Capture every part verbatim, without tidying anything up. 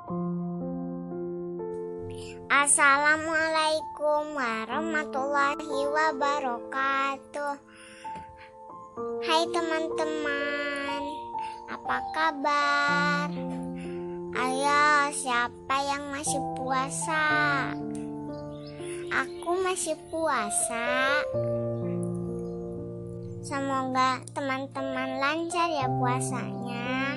Assalamualaikum warahmatullahi wabarakatuh. Hai teman-teman, apa kabar? Ayo, siapa yang masih puasa? Aku masih puasa. Semoga teman-teman lancar ya puasanya.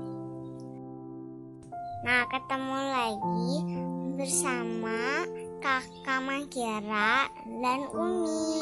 Nah, ketemu lagi bersama Kakak Mahira dan Umi.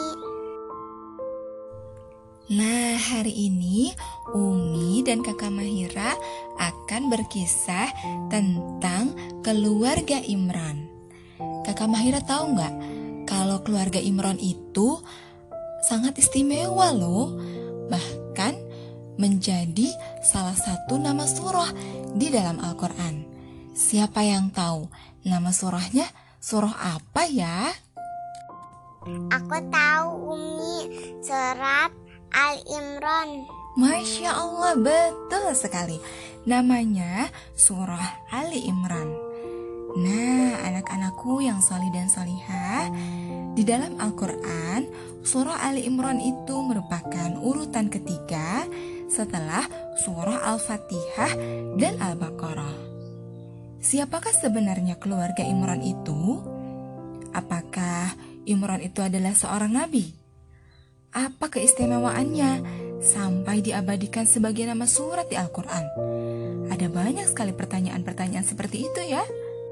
Nah, hari ini Umi dan Kakak Mahira akan berkisah tentang keluarga Imran. Kakak Mahira tahu nggak kalau keluarga Imran itu sangat istimewa loh. Bahkan menjadi salah satu nama surah di dalam Al-Quran. Siapa yang tahu nama surahnya surah apa ya? Aku tahu Umi, surat Al-Imran. Masya Allah, betul sekali. Namanya surah Ali Imran. Nah, anak-anakku yang salih dan salihah, di dalam Al-Quran, surah Ali Imran itu merupakan urutan ketiga setelah surah Al-Fatihah dan Al-Baqarah. Siapakah sebenarnya keluarga Imran itu? Apakah Imran itu adalah seorang nabi? Apa keistimewaannya sampai diabadikan sebagai nama surat di Al-Quran? Ada banyak sekali pertanyaan-pertanyaan seperti itu ya.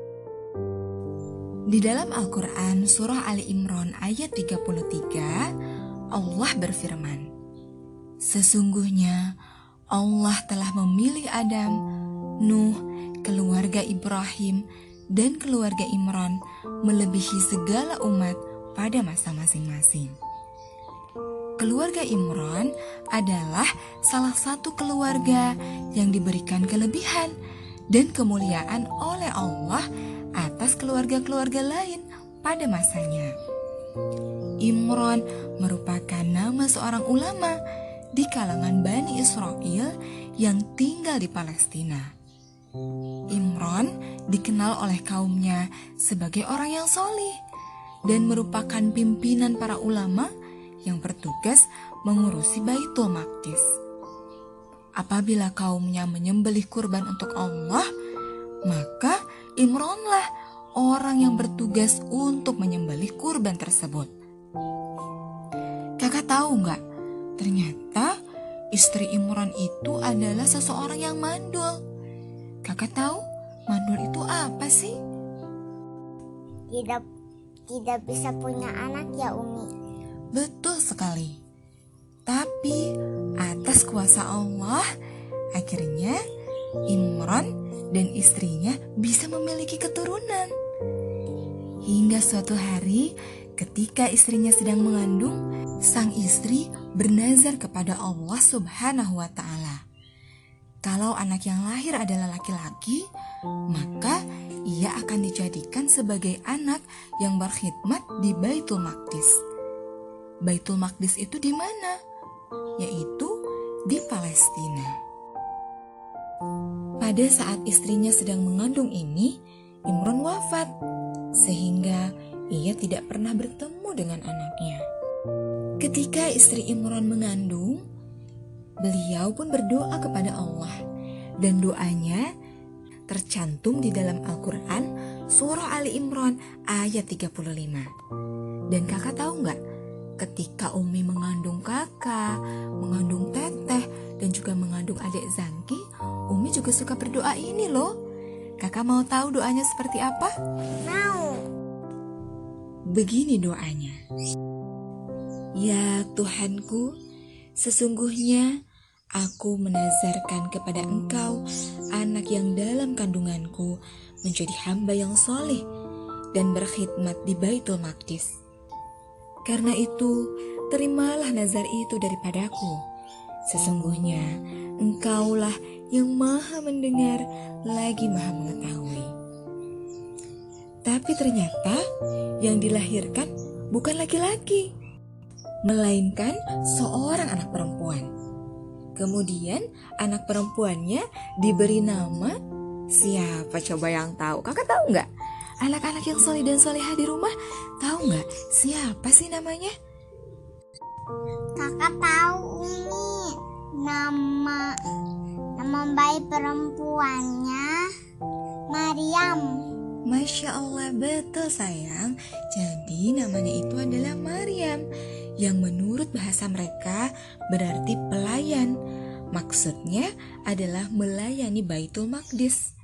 Di dalam Al-Quran surah Ali Imran ayat tiga puluh tiga, Allah berfirman, sesungguhnya Allah telah memilih Adam, Nuh, keluarga Ibrahim, dan keluarga Imran melebihi segala umat pada masa masing-masing. Keluarga Imran adalah salah satu keluarga yang diberikan kelebihan dan kemuliaan oleh Allah atas keluarga-keluarga lain pada masanya. Imran merupakan nama seorang ulama di kalangan Bani Israel yang tinggal di Palestina. Imran dikenal oleh kaumnya sebagai orang yang solih dan merupakan pimpinan para ulama yang bertugas mengurusi Baitul Maqdis. Apabila kaumnya menyembelih kurban untuk Allah, maka Imranlah orang yang bertugas untuk menyembelih kurban tersebut. Kakak tahu nggak? Ternyata istri Imran itu adalah seseorang yang mandul. Kakak tahu mandul itu apa sih? Tidak tidak bisa punya anak ya Umi. Betul sekali. Tapi atas kuasa Allah, akhirnya Imran dan istrinya bisa memiliki keturunan. Hingga suatu hari ketika istrinya sedang mengandung, sang istri bernazar kepada Allah Subhanahu wa Ta'ala. Kalau anak yang lahir adalah laki-laki, maka ia akan dijadikan sebagai anak yang berkhidmat di Baitul Maqdis. Baitul Maqdis itu di mana? Yaitu di Palestina. Pada saat istrinya sedang mengandung ini, Imran wafat, sehingga ia tidak pernah bertemu dengan anaknya. Ketika istri Imran mengandung, beliau pun berdoa kepada Allah, dan doanya tercantum di dalam Al-Quran surah Ali Imran ayat tiga puluh lima. Dan kakak tahu nggak, ketika Umi mengandung kakak, mengandung teteh, dan juga mengandung adik Zangki, Umi juga suka berdoa ini loh. Kakak mau tahu doanya seperti apa? Mau. Begini doanya. Ya Tuhanku, sesungguhnya aku menazarkan kepada Engkau anak yang dalam kandunganku menjadi hamba yang soleh dan berkhidmat di Baitul Maqdis. Karena itu, terimalah nazar itu daripadaku. Sesungguhnya Engkaulah yang maha mendengar lagi maha mengetahui. Tapi ternyata yang dilahirkan bukan laki-laki, melainkan seorang anak perempuan. Kemudian anak perempuannya diberi nama Siapa coba yang tahu? Kakak tahu nggak? Anak-anak yang soleh dan solehah di rumah tahu nggak siapa sih namanya? Kakak tahu Umi, nama nama bayi perempuannya Maryam. Masya Allah, betul sayang. Jadi namanya itu adalah Maryam, yang menurut bahasa mereka berarti pelayan. Maksudnya adalah melayani Baitul Maqdis.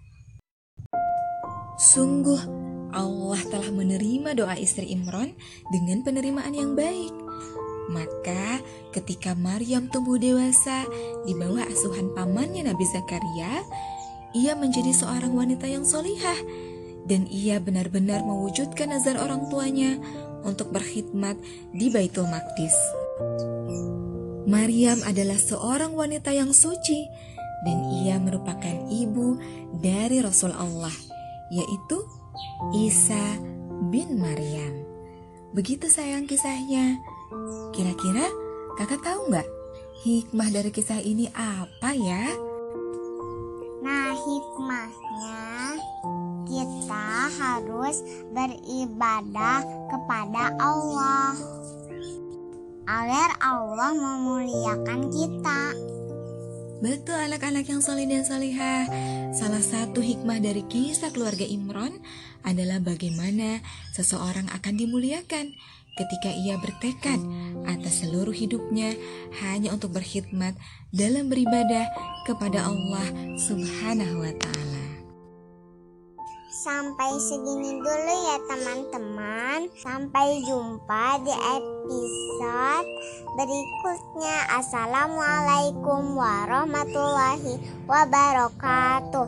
Sungguh Allah telah menerima doa istri Imran dengan penerimaan yang baik. Maka ketika Maryam tumbuh dewasa di bawah asuhan pamannya Nabi Zakaria, ia menjadi seorang wanita yang solihah. Dan ia benar-benar mewujudkan nazar orang tuanya untuk berkhidmat di Baitul Maqdis. Maryam adalah seorang wanita yang suci dan ia merupakan ibu dari Rasul Allah, yaitu Isa bin Maryam. Begitu sayang kisahnya. Kira-kira kakak tahu nggak hikmah dari kisah ini apa ya? Nah, hikmahnya kita harus beribadah kepada Allah agar Allah memuliakan kita. Betul anak-anak yang soleh dan solihah. Salah satu hikmah dari kisah keluarga Imran adalah bagaimana seseorang akan dimuliakan ketika ia bertekad atas seluruh hidupnya hanya untuk berkhidmat dalam beribadah kepada Allah Subhanahu wa Ta'ala. Sampai segini dulu ya teman-teman. Sampai jumpa di episode berikutnya. Assalamualaikum warahmatullahi wabarakatuh.